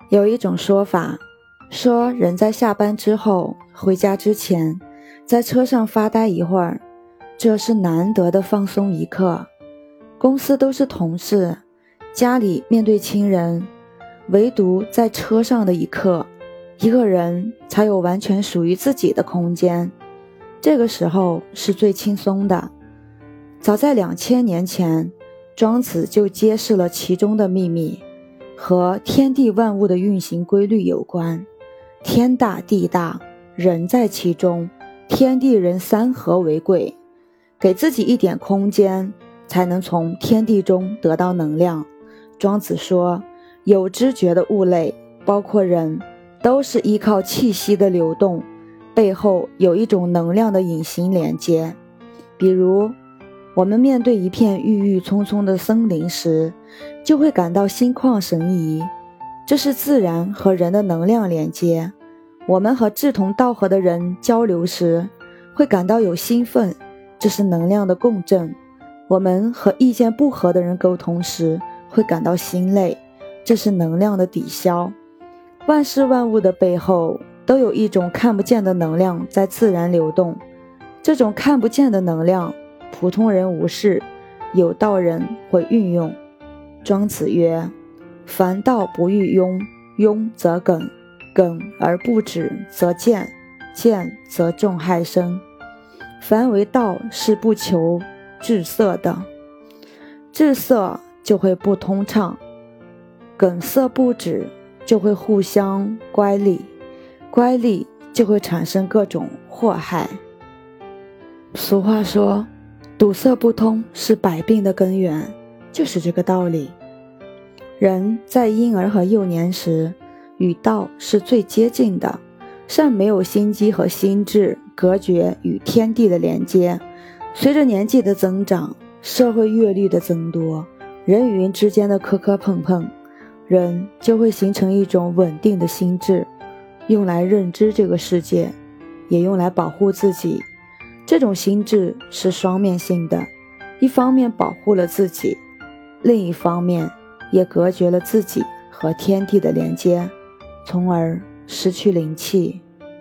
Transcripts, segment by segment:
有一种说法，说人在下班之后回家之前，在车上发呆一会儿，这是难得的放松一刻。公司都是同事，家里面对亲人，唯独在车上的一刻，一个人才有完全属于自己的空间。这个时候是最轻松的。早在2000年前，庄子就揭示了其中的秘密，和天地万物的运行规律有关。天大地大，人在其中，天地人三合为贵。给自己一点空间，才能从天地中得到能量。庄子说，有知觉的物类，包括人，都是依靠气息的流动，背后有一种能量的隐形连接。比如我们面对一片郁郁葱葱的森林时，就会感到心旷神怡，这是自然和人的能量连接。我们和志同道合的人交流时，会感到有兴奋，这是能量的共振。我们和意见不合的人沟通时，会感到心累，这是能量的抵消。万事万物的背后，都有一种看不见的能量在自然流动。这种看不见的能量，普通人无视，有道人会运用。庄子曰，凡道不欲庸，庸则耿，耿而不止则见，见则众害生。凡为道是不求至色的，至色就会不通畅，梗塞不止就会互相乖戾，乖戾就会产生各种祸害。俗话说，堵塞不通是百病的根源，就是这个道理。人在婴儿和幼年时，与道是最接近的，尚没有心机和心智隔绝与天地的连接。随着年纪的增长，社会阅历的增多，人与人之间的磕磕碰碰，人就会形成一种稳定的心智，用来认知这个世界，也用来保护自己。这种心智是双面性的，一方面保护了自己，另一方面也隔绝了自己和天地的连接，从而失去灵气。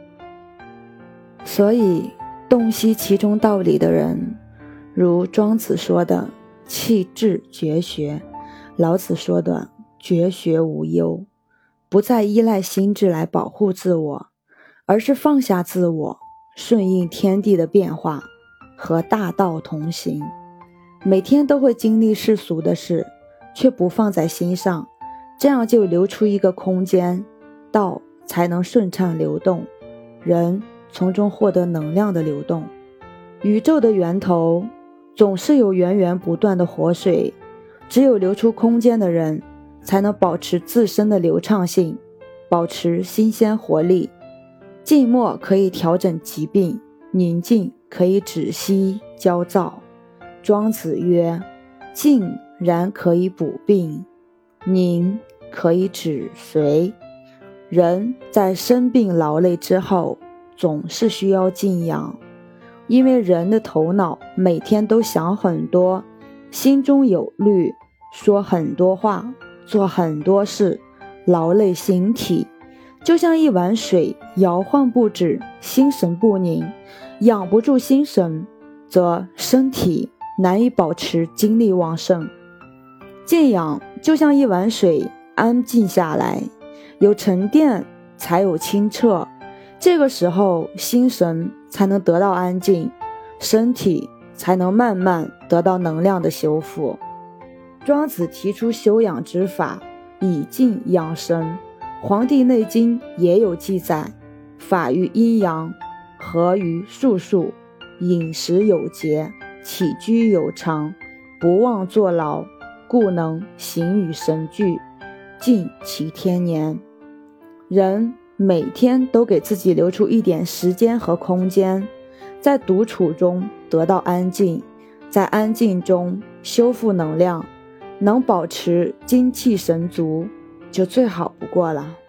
所以洞悉其中道理的人，如庄子说的气质绝学，老子说的绝学无忧，不再依赖心智来保护自我，而是放下自我，顺应天地的变化，和大道同行。每天都会经历世俗的事，却不放在心上，这样就留出一个空间，道才能顺畅流动，人从中获得能量的流动。宇宙的源头总是有源源不断的活水，只有留出空间的人，才能保持自身的流畅性，保持新鲜活力。静默可以调整疾病，宁静可以止息焦躁。庄子曰，静然可以补病，宁可以止髓。人在生病劳累之后，总是需要静养，因为人的头脑每天都想很多，心中有虑，说很多话，做很多事，劳累形体，就像一碗水摇晃不止，心神不宁，养不住心神，则身体难以保持精力旺盛。静养就像一碗水安静下来，有沉淀才有清澈，这个时候心神才能得到安静，身体才能慢慢得到能量的修复。庄子提出修养之法，以静养神。黄帝内经也有记载，法于阴阳，合于术数，饮食有节，起居有常，不忘坐牢，故能形与神俱，尽其天年。人每天都给自己留出一点时间和空间，在独处中得到安静，在安静中修复能量，能保持精气神足，就最好不过了。